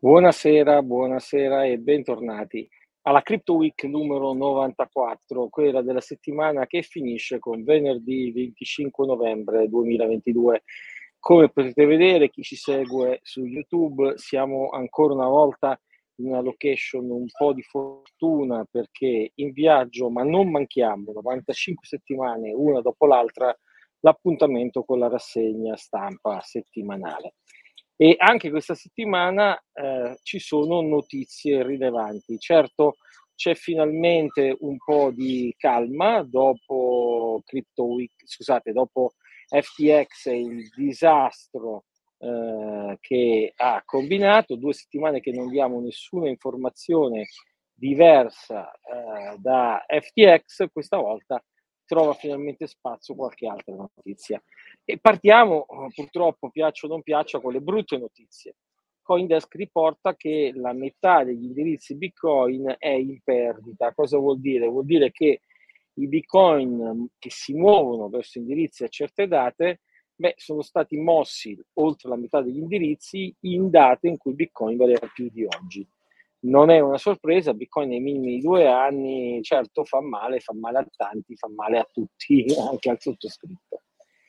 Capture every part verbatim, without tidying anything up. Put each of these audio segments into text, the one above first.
Buonasera, buonasera e bentornati alla Crypto Week numero novantaquattro, quella della settimana che finisce con venerdì venticinque novembre duemilaventidue. Come potete vedere, chi ci segue su YouTube, siamo ancora una volta in una location un po' di fortuna perché in viaggio, ma non manchiamo, novantacinque settimane una dopo l'altra, l'appuntamento con la rassegna stampa settimanale. E anche questa settimana eh, ci sono notizie rilevanti. Certo, c'è finalmente un po' di calma dopo Crypto Week, scusate, dopo F T X e il disastro eh, che ha combinato, due settimane che non diamo nessuna informazione diversa eh, da F T X, questa volta trova finalmente spazio qualche altra notizia. E partiamo, purtroppo, piaccia o non piaccia, con le brutte notizie. CoinDesk riporta che la metà degli indirizzi Bitcoin è in perdita. Cosa vuol dire? Vuol dire che i Bitcoin che si muovono verso indirizzi a certe date, beh, sono stati mossi oltre la metà degli indirizzi in date in cui Bitcoin valeva più di oggi. Non è una sorpresa, Bitcoin nei minimi di due anni, certo fa male, fa male a tanti, fa male a tutti, anche al sottoscritto.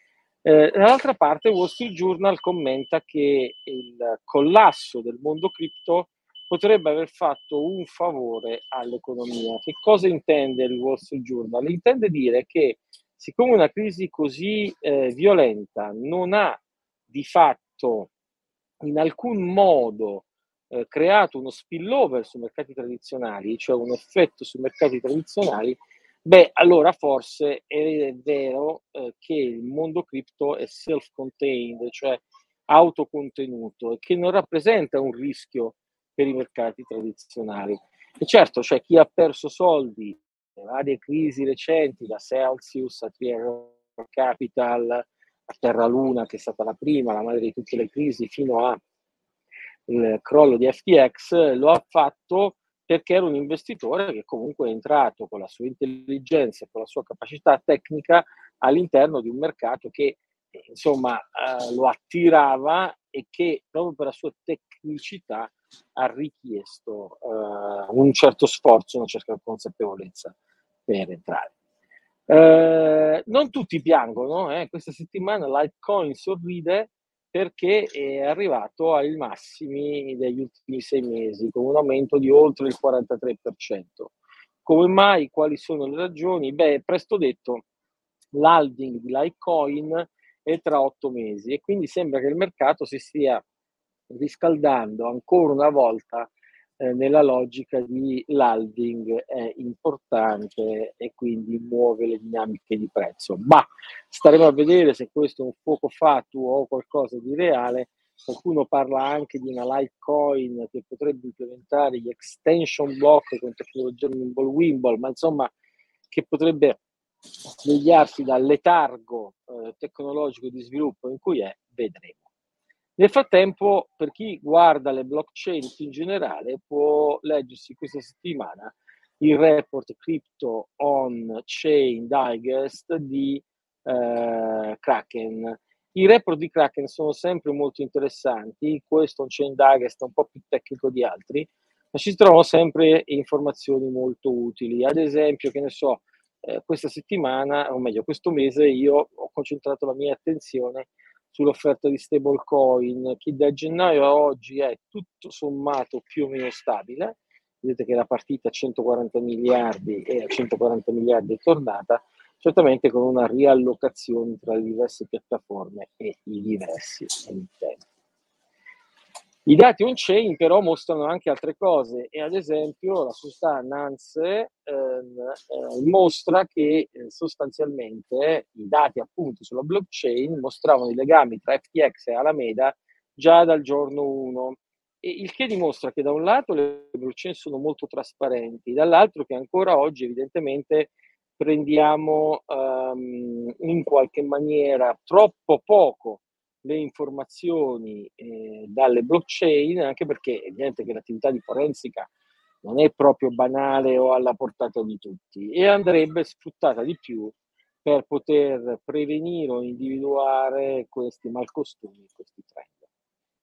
Eh, dall'altra parte Wall Street Journal commenta che il collasso del mondo cripto potrebbe aver fatto un favore all'economia. Che cosa intende il Wall Street Journal? Intende dire che siccome una crisi così eh, violenta non ha di fatto in alcun modo eh, creato uno spillover sui mercati tradizionali, cioè un effetto sui mercati tradizionali, beh, allora forse è vero eh, che il mondo cripto è self-contained, cioè autocontenuto, e che non rappresenta un rischio per i mercati tradizionali. E certo, c'è chi ha perso soldi nelle varie crisi recenti, da Celsius a Trier Capital, a Terra Luna, che è stata la prima, la madre di tutte le crisi, fino al crollo di F T X, lo ha fatto perché era un investitore che comunque è entrato con la sua intelligenza e con la sua capacità tecnica all'interno di un mercato che insomma eh, lo attirava e che proprio per la sua tecnicità ha richiesto eh, un certo sforzo, una certa consapevolezza per entrare. Eh, non tutti piangono, eh. Questa settimana Litecoin sorride perché è arrivato ai massimi degli ultimi sei mesi, con un aumento di oltre il quarantatré per cento. Come mai? Quali sono le ragioni? Beh, presto detto, l'halving di Litecoin è tra otto mesi e quindi sembra che il mercato si stia riscaldando ancora una volta eh, nella logica di l'halving è importante e quindi muove le dinamiche di prezzo. Ma staremo a vedere se questo è un fuoco fatuo o qualcosa di reale. Qualcuno parla anche di una Litecoin che potrebbe implementare gli extension block con tecnologia Wimble, ma insomma che potrebbe svegliarsi dal letargo eh, tecnologico di sviluppo in cui è, vedremo. Nel frattempo, per chi guarda le blockchain in generale, può leggersi questa settimana il report Crypto on Chain Digest di eh, Kraken. I report di Kraken sono sempre molto interessanti, questo on Chain Digest è un po' più tecnico di altri, ma ci trovano sempre informazioni molto utili. Ad esempio, che ne so, eh, questa settimana, o meglio questo mese, io ho concentrato la mia attenzione sull'offerta di stablecoin, che da gennaio a oggi è tutto sommato più o meno stabile. Vedete che la partita a centoquaranta miliardi e a centoquaranta miliardi è tornata, certamente con una riallocazione tra le diverse piattaforme e i diversi emittenti. I dati on-chain però mostrano anche altre cose e ad esempio la società Nance ehm, eh, mostra che eh, sostanzialmente i dati appunto sulla blockchain mostravano i legami tra F T X e Alameda già dal giorno uno, e il che dimostra che da un lato le blockchain sono molto trasparenti, dall'altro che ancora oggi evidentemente prendiamo um, in qualche maniera troppo poco le informazioni eh, dalle blockchain, anche perché è evidente che l'attività di forensica non è proprio banale o alla portata di tutti e andrebbe sfruttata di più per poter prevenire o individuare questi malcostumi, questi trend.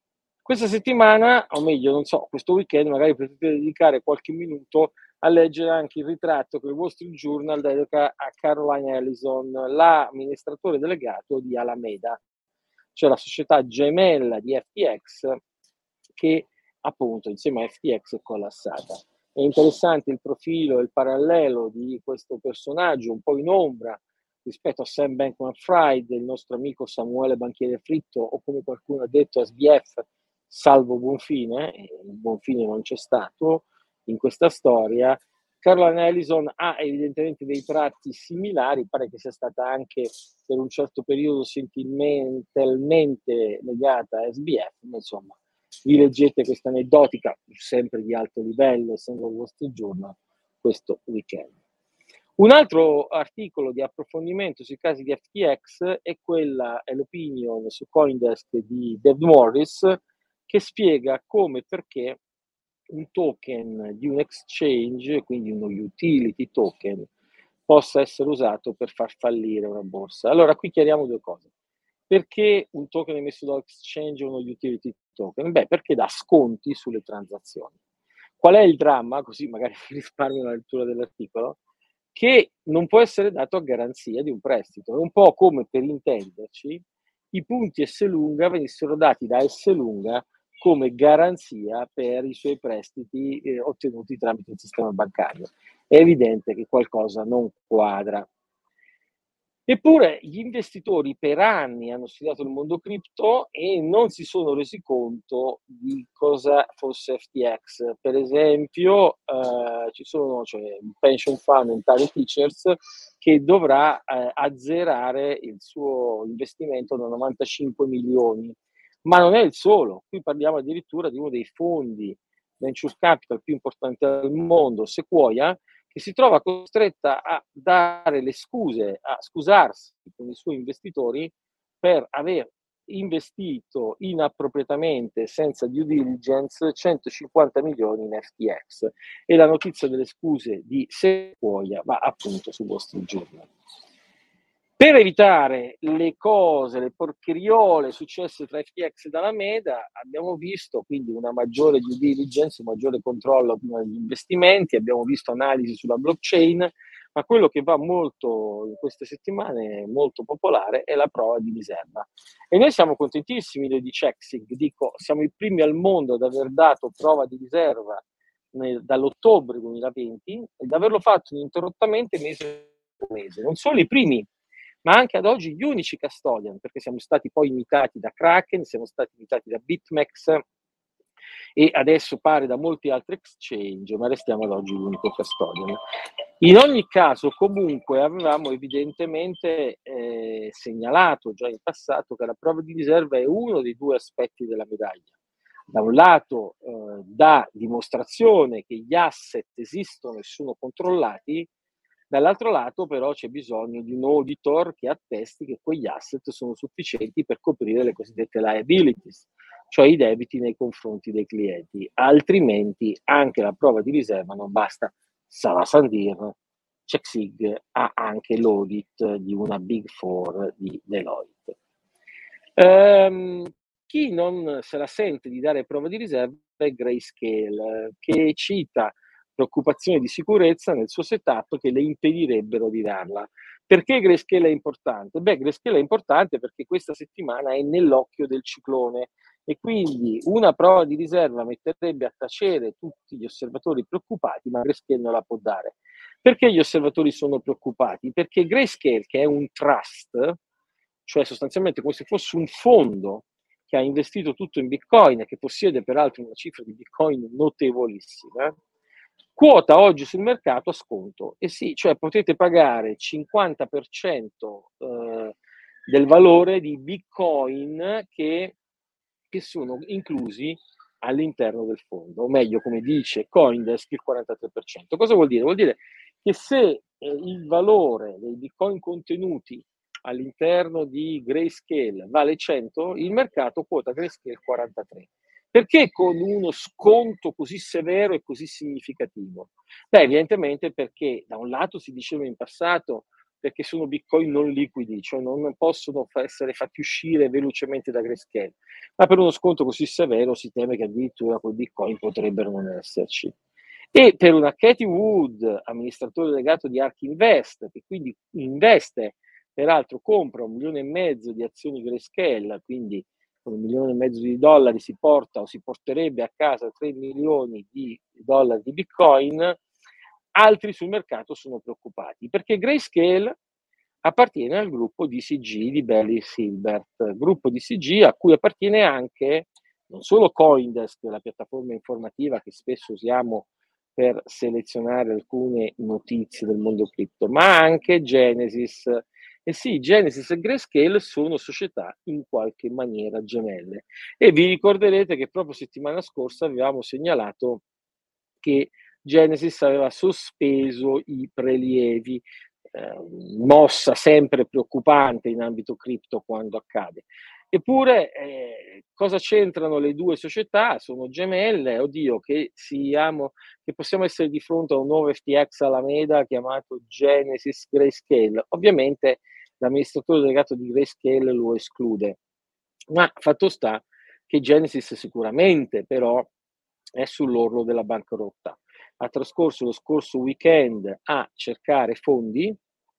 Questa settimana, o meglio, non so, questo weekend magari potete dedicare qualche minuto a leggere anche il ritratto che il Wall Street Journal dedica a Caroline Ellison, l'amministratore delegato di Alameda, cioè la società gemella di F T X che appunto insieme a F T X è collassata. È interessante il profilo e il parallelo di questo personaggio un po' in ombra rispetto a Sam Bankman-Fried, il nostro amico Samuele Banchiere Fritto, o come qualcuno ha detto S B F, salvo Buonfine, e Buonfine non c'è stato in questa storia. Caroline Ellison ha evidentemente dei tratti similari, pare che sia stata anche per un certo periodo sentimentalmente legata a S B F, ma insomma, vi leggete questa aneddotica, sempre di alto livello, essendo il vostro giorno, questo weekend. Un altro articolo di approfondimento sui casi di F T X è quella, è l'opinion su CoinDesk di Dave Morris, che spiega come e perché un token di un exchange, quindi uno utility token, possa essere usato per far fallire una borsa. Allora, qui chiariamo due cose. Perché un token emesso da exchange è uno utility token? Beh, perché dà sconti sulle transazioni. Qual è il dramma? Così magari risparmio la lettura dell'articolo. Che non può essere dato a garanzia di un prestito. È un po' come, per intenderci, i punti Esselunga venissero dati da Esselunga come garanzia per i suoi prestiti eh, ottenuti tramite il sistema bancario. È evidente che qualcosa non quadra. Eppure gli investitori per anni hanno studiato il mondo cripto e non si sono resi conto di cosa fosse F T X. Per esempio, eh, ci sono cioè, un pension fund Entire Teachers che dovrà eh, azzerare il suo investimento da novantacinque milioni. Ma non è il solo, qui parliamo addirittura di uno dei fondi venture capital più importanti al mondo, Sequoia, che si trova costretta a dare le scuse, a scusarsi con i suoi investitori per aver investito inappropriatamente, senza due diligence, centocinquanta milioni in F T X. E la notizia delle scuse di Sequoia va appunto sul vostro giornale. Per evitare le cose, le porcheriole successe tra F T X e Alameda, abbiamo visto quindi una maggiore due diligence, un maggiore controllo prima degli investimenti, abbiamo visto analisi sulla blockchain, ma quello che va molto in queste settimane, molto popolare, è la prova di riserva. E noi siamo contentissimi noi di Chexig, dico, siamo i primi al mondo ad aver dato prova di riserva nel, dall'ottobre duemilaventi ed averlo fatto ininterrottamente mese per mese. Non solo i primi, ma anche ad oggi gli unici custodian, perché siamo stati poi imitati da Kraken, siamo stati imitati da BitMEX e adesso pare da molti altri exchange, ma restiamo ad oggi l'unico custodian. In ogni caso, comunque, avevamo evidentemente eh, segnalato già in passato che la prova di riserva è uno dei due aspetti della medaglia. Da un lato eh, dà dimostrazione che gli asset esistono e sono controllati, dall'altro lato però c'è bisogno di un auditor che attesti che quegli asset sono sufficienti per coprire le cosiddette liabilities, cioè i debiti nei confronti dei clienti, altrimenti anche la prova di riserva non basta. Sarà Sandir, Chexig ha anche l'audit di una Big Four di Deloitte. Ehm, chi non se la sente di dare prova di riserva è Grayscale, che cita preoccupazioni di sicurezza nel suo setup che le impedirebbero di darla. Perché Grayscale è importante? Beh, Grayscale è importante perché questa settimana è nell'occhio del ciclone e quindi una prova di riserva metterebbe a tacere tutti gli osservatori preoccupati, ma Grayscale non la può dare. Perché gli osservatori sono preoccupati? Perché Grayscale, che è un trust, cioè sostanzialmente come se fosse un fondo che ha investito tutto in Bitcoin e che possiede peraltro una cifra di Bitcoin notevolissima, quota oggi sul mercato a sconto. E sì, cioè potete pagare cinquanta per cento eh, del valore di Bitcoin che, che sono inclusi all'interno del fondo, o meglio, come dice CoinDesk, il quarantatré per cento. Cosa vuol dire? Vuol dire che se eh, il valore dei Bitcoin contenuti all'interno di Grayscale vale cento, il mercato quota Grayscale quarantatré. Perché con uno sconto così severo e così significativo? Beh, evidentemente perché da un lato si diceva in passato perché sono bitcoin non liquidi, cioè non possono fa essere fatti uscire velocemente da Grayscale, ma per uno sconto così severo si teme che addirittura quei bitcoin potrebbero non esserci. E per una Katie Wood, amministratore delegato di ARK Invest, che quindi investe, peraltro compra un milione e mezzo di azioni Grayscale, quindi con un milione e mezzo di dollari si porta o si porterebbe a casa tre milioni di dollari di bitcoin. Altri sul mercato sono preoccupati perché Grayscale appartiene al gruppo D C G di Barry Silbert, gruppo D C G a cui appartiene anche non solo Coindesk, la piattaforma informativa che spesso usiamo per selezionare alcune notizie del mondo cripto, ma anche Genesis. E sì, Genesis e Grayscale sono società in qualche maniera gemelle. E vi ricorderete che proprio settimana scorsa avevamo segnalato che Genesis aveva sospeso i prelievi, eh, mossa sempre preoccupante in ambito cripto quando accade. Eppure, eh, cosa c'entrano le due società? Sono gemelle, oddio, che, siamo, che possiamo essere di fronte a un nuovo F T X Alameda chiamato Genesis Grayscale. Ovviamente l'amministratore delegato di Grayscale lo esclude, ma fatto sta che Genesis sicuramente però è sull'orlo della bancarotta. Ha trascorso lo scorso weekend a cercare fondi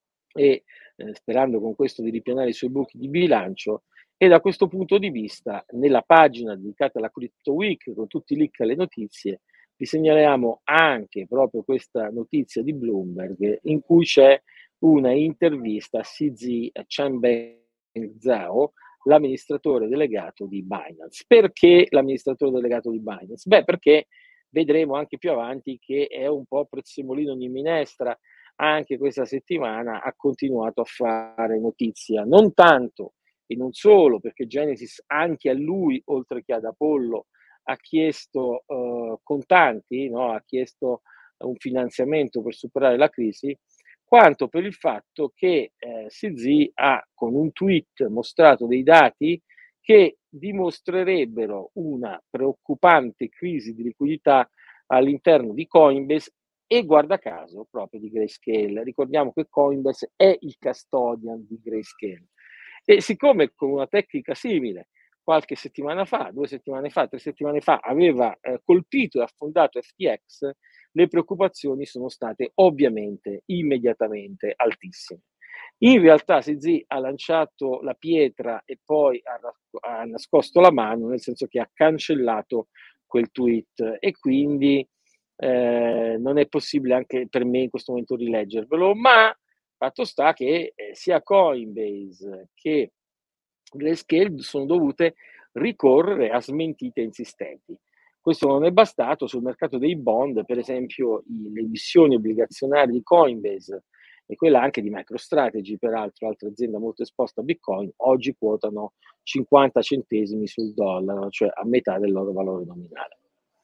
e eh, sperando con questo di ripianare i suoi buchi di bilancio, e da questo punto di vista nella pagina dedicata alla Crypto Week con tutti i link alle notizie vi segnaliamo anche proprio questa notizia di Bloomberg in cui c'è una intervista a C Z Changpeng Zhao, l'amministratore delegato di Binance. Perché l'amministratore delegato di Binance? Beh, perché vedremo anche più avanti che è un po' prezzemolino ogni minestra. Anche questa settimana ha continuato a fare notizia, non tanto e non solo, perché Genesis anche a lui, oltre che ad Apollo, ha chiesto eh, contanti, no? Ha chiesto un finanziamento per superare la crisi, quanto per il fatto che eh, C Z ha con un tweet mostrato dei dati che dimostrerebbero una preoccupante crisi di liquidità all'interno di Coinbase e guarda caso proprio di Grayscale. Ricordiamo che Coinbase è il custodian di Grayscale. E siccome con una tecnica simile qualche settimana fa, due settimane fa, tre settimane fa aveva eh, colpito e affondato F T X, le preoccupazioni sono state ovviamente immediatamente altissime. In realtà C Z ha lanciato la pietra e poi ha, ha nascosto la mano, nel senso che ha cancellato quel tweet e quindi eh, non è possibile anche per me in questo momento rileggervelo, ma fatto sta che eh, sia Coinbase che Grayscale sono dovute ricorrere a smentite insistenti. Questo non è bastato sul mercato dei bond, per esempio i, le emissioni obbligazionarie di Coinbase e quella anche di MicroStrategy, peraltro altra azienda molto esposta a Bitcoin, oggi quotano cinquanta centesimi sul dollaro, cioè a metà del loro valore nominale.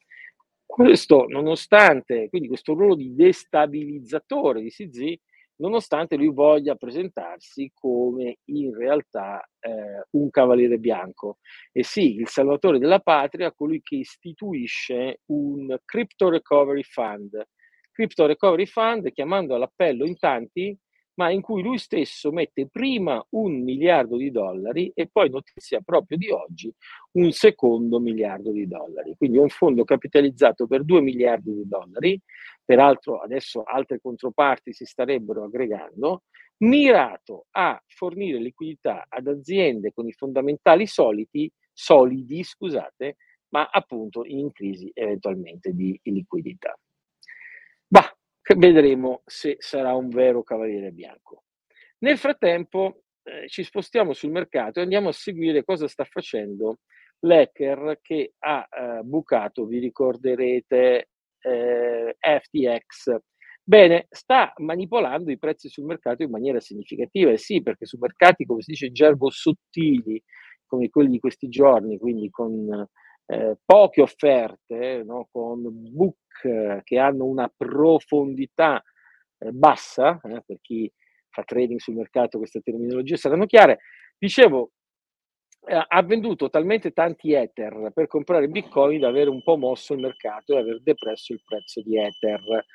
Questo nonostante, quindi questo ruolo di destabilizzatore di C Z, nonostante lui voglia presentarsi come in realtà eh, un cavaliere bianco. E sì, il salvatore della patria, colui che istituisce un Crypto Recovery Fund. Crypto Recovery Fund chiamando all'appello in tanti, ma in cui lui stesso mette prima un miliardo di dollari e poi, notizia proprio di oggi, un secondo miliardo di dollari. Quindi è un fondo capitalizzato per due miliardi di dollari, peraltro adesso altre controparti si starebbero aggregando, mirato a fornire liquidità ad aziende con i fondamentali soliti, solidi, scusate, ma appunto in crisi eventualmente di liquidità. Bah, vedremo se sarà un vero cavaliere bianco. Nel frattempo eh, ci spostiamo sul mercato e andiamo a seguire cosa sta facendo l'hacker che ha eh, bucato, vi ricorderete, eh, F T X. Bene, sta manipolando i prezzi sul mercato in maniera significativa, e sì, perché su mercati, come si dice in gergo, sottili, come quelli di questi giorni, quindi con eh, poche offerte, no? Con book eh, che hanno una profondità eh, bassa, eh, per chi fa trading sul mercato queste terminologie saranno chiare. Dicevo, eh, ha venduto talmente tanti Ether per comprare Bitcoin da aver un po' mosso il mercato e aver depresso il prezzo di Ether.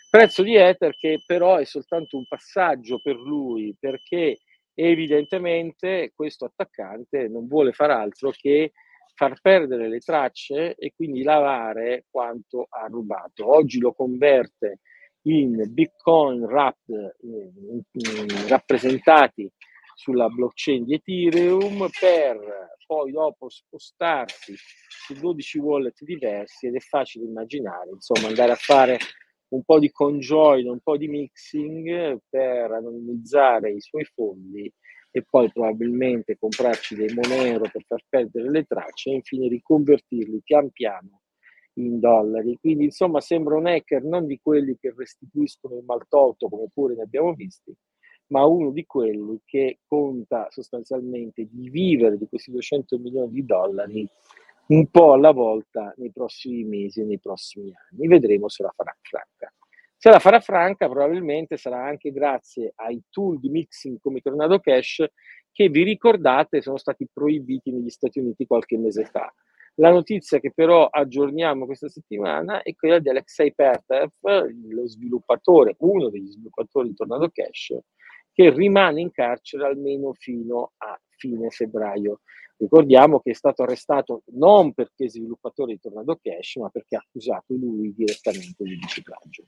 Prezzo di Ether che però è soltanto un passaggio per lui, perché evidentemente questo attaccante non vuole far altro che far perdere le tracce e quindi lavare quanto ha rubato. Oggi lo converte in Bitcoin wrapped, eh, rappresentati sulla blockchain di Ethereum, per poi dopo spostarsi su dodici wallet diversi, ed è facile immaginare, insomma, andare a fare un po' di conjoin, un po' di mixing per anonimizzare i suoi fondi e poi probabilmente comprarci dei Monero per far perdere le tracce e infine riconvertirli pian piano in dollari. Quindi insomma sembra un hacker non di quelli che restituiscono il maltolto, come pure ne abbiamo visti, ma uno di quelli che conta sostanzialmente di vivere di questi duecento milioni di dollari un po' alla volta nei prossimi mesi e nei prossimi anni. Vedremo se la farà franca. Se la farà franca probabilmente sarà anche grazie ai tool di mixing come Tornado Cash, che vi ricordate sono stati proibiti negli Stati Uniti qualche mese fa. La notizia che però aggiorniamo questa settimana è quella di Alexei Pertev, lo sviluppatore, uno degli sviluppatori di Tornado Cash, che rimane in carcere almeno fino a fine febbraio. Ricordiamo che è stato arrestato non perché sviluppatore di Tornado Cash, ma perché ha accusato lui direttamente di riciclaggio.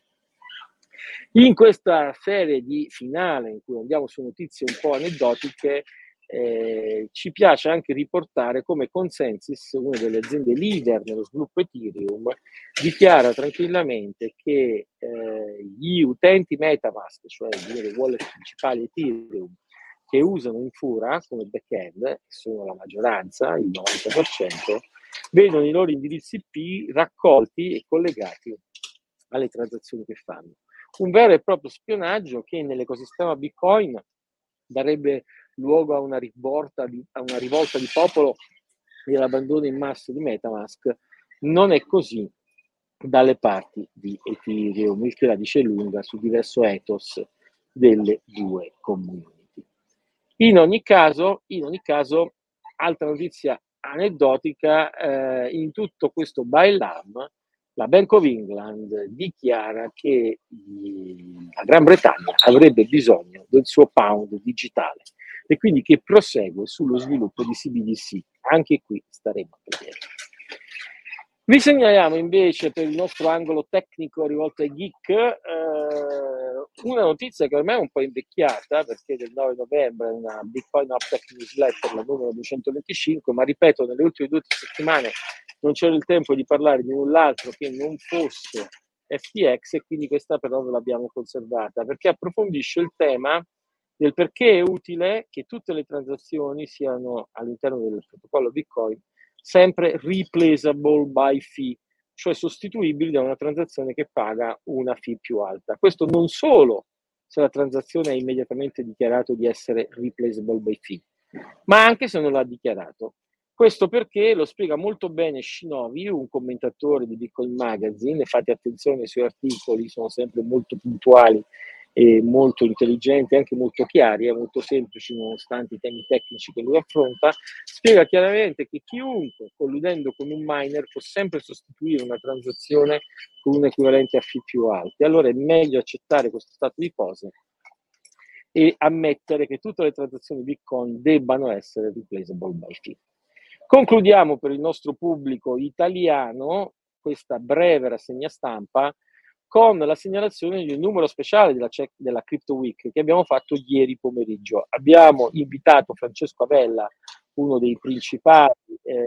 In questa serie di finale, in cui andiamo su notizie un po' aneddotiche, eh, ci piace anche riportare come Consensys, una delle aziende leader nello sviluppo Ethereum, dichiara tranquillamente che eh, gli utenti MetaMask, cioè le wallet principali Ethereum, che usano Infura come backend, che sono la maggioranza, il novanta per cento, vedono i loro indirizzi I P raccolti e collegati alle transazioni che fanno. Un vero e proprio spionaggio che nell'ecosistema Bitcoin darebbe luogo a una rivolta di, a una rivolta di popolo e all'abbandono in massa di MetaMask. Non è così dalle parti di Ethereum, il che la dice lunga sul diverso ethos delle due community. In ogni caso, in ogni caso altra notizia aneddotica, eh, in tutto questo bailam, la Bank of England dichiara che la Gran Bretagna avrebbe bisogno del suo pound digitale e quindi che prosegue sullo sviluppo di C B D C. Anche qui staremo a vedere. Vi segnaliamo invece per il nostro angolo tecnico rivolto ai geek eh, una notizia che ormai è un po' invecchiata, perché del nove novembre è una Bitcoin Up Tech Newsletter, la numero duecentoventicinque, ma ripeto, nelle ultime due o tre settimane non c'era il tempo di parlare di null'altro che non fosse F T X, e quindi questa però ve l'abbiamo conservata, perché approfondisce il tema del perché è utile che tutte le transazioni siano all'interno del protocollo Bitcoin sempre replaceable by fee, cioè sostituibili da una transazione che paga una fee più alta. Questo non solo se la transazione ha immediatamente dichiarato di essere replaceable by fee, ma anche se non l'ha dichiarato. Questo perché lo spiega molto bene Shinobi, un commentatore di Bitcoin Magazine, fate attenzione ai suoi articoli, sono sempre molto puntuali e molto intelligenti, anche molto chiari e molto semplici nonostante i temi tecnici che lui affronta. Spiega chiaramente che chiunque, colludendo con un miner, può sempre sostituire una transazione con un equivalente a fee più alti. Allora è meglio accettare questo stato di cose e ammettere che tutte le transazioni Bitcoin debbano essere replaceable by fee. Concludiamo per il nostro pubblico italiano questa breve rassegna stampa con la segnalazione di un numero speciale della, della Crypto Week che abbiamo fatto ieri pomeriggio. Abbiamo invitato Francesco Avella, uno dei principali, eh,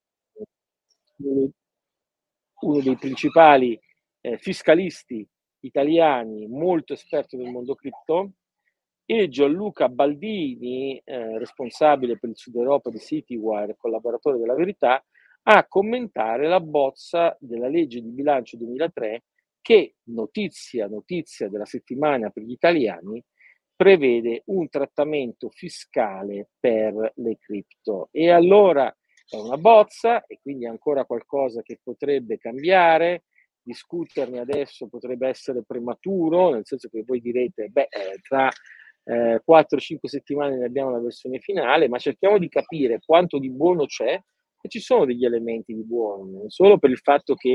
uno dei principali eh, fiscalisti italiani, molto esperto del mondo cripto, e Gianluca Baldini, eh, responsabile per il Sud Europa di Citywire, collaboratore della Verità, a commentare la bozza della legge di bilancio duemilatré che, notizia, notizia della settimana per gli italiani, prevede un trattamento fiscale per le cripto. E allora è una bozza e quindi è ancora qualcosa che potrebbe cambiare. Discuterne adesso potrebbe essere prematuro, nel senso che voi direte, beh, eh, tra eh, quattro cinque settimane ne abbiamo la versione finale, ma cerchiamo di capire quanto di buono c'è, e ci sono degli elementi di buono, non solo per il fatto che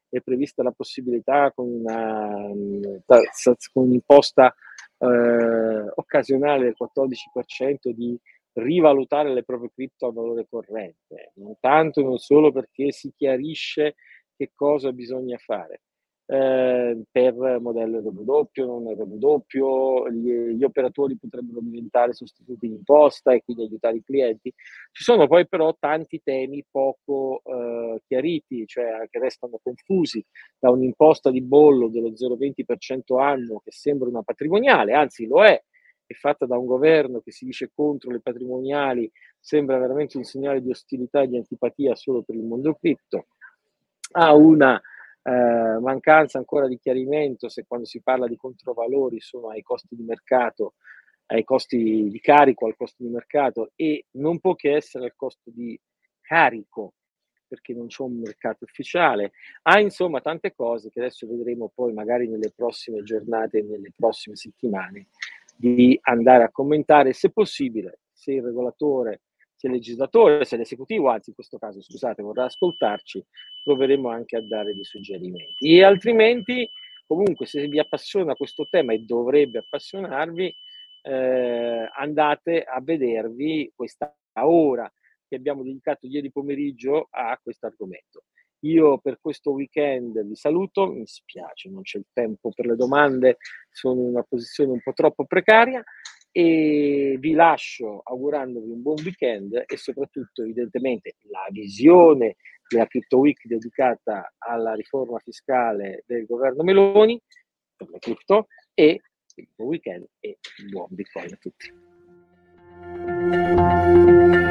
è prevista la possibilità con una con un'imposta eh, occasionale del quattordici per cento di rivalutare le proprie cripto a valore corrente, non tanto e non solo perché si chiarisce che cosa bisogna fare. Eh, per modello R W, non R W, gli, gli operatori potrebbero diventare sostituti di imposta e quindi aiutare i clienti. Ci sono poi però tanti temi poco eh, chiariti, cioè che restano confusi, da un'imposta di bollo dello zero virgola venti per cento annuo che sembra una patrimoniale, anzi lo è, è fatta da un governo che si dice contro le patrimoniali, sembra veramente un segnale di ostilità e di antipatia solo per il mondo cripto, ha una eh, mancanza ancora di chiarimento se quando si parla di controvalori sono ai costi di mercato, ai costi di carico, al costo di mercato, e non può che essere al costo di carico, perché non c'è un mercato ufficiale. Ha insomma tante cose che adesso vedremo poi magari nelle prossime giornate e nelle prossime settimane di andare a commentare, se possibile, se il regolatore, se il legislatore, se l'esecutivo, anzi in questo caso scusate, vorrà ascoltarci, proveremo anche a dare dei suggerimenti. E altrimenti, comunque, se vi appassiona questo tema e dovrebbe appassionarvi, eh, andate a vedervi questa ora che abbiamo dedicato ieri pomeriggio a questo argomento. Io per questo weekend vi saluto, mi spiace, non c'è il tempo per le domande, sono in una posizione un po' troppo precaria e vi lascio augurandovi un buon weekend e soprattutto evidentemente la visione della Crypto Week dedicata alla riforma fiscale del governo Meloni per le cripto, e il buon weekend e buon Bitcoin a tutti.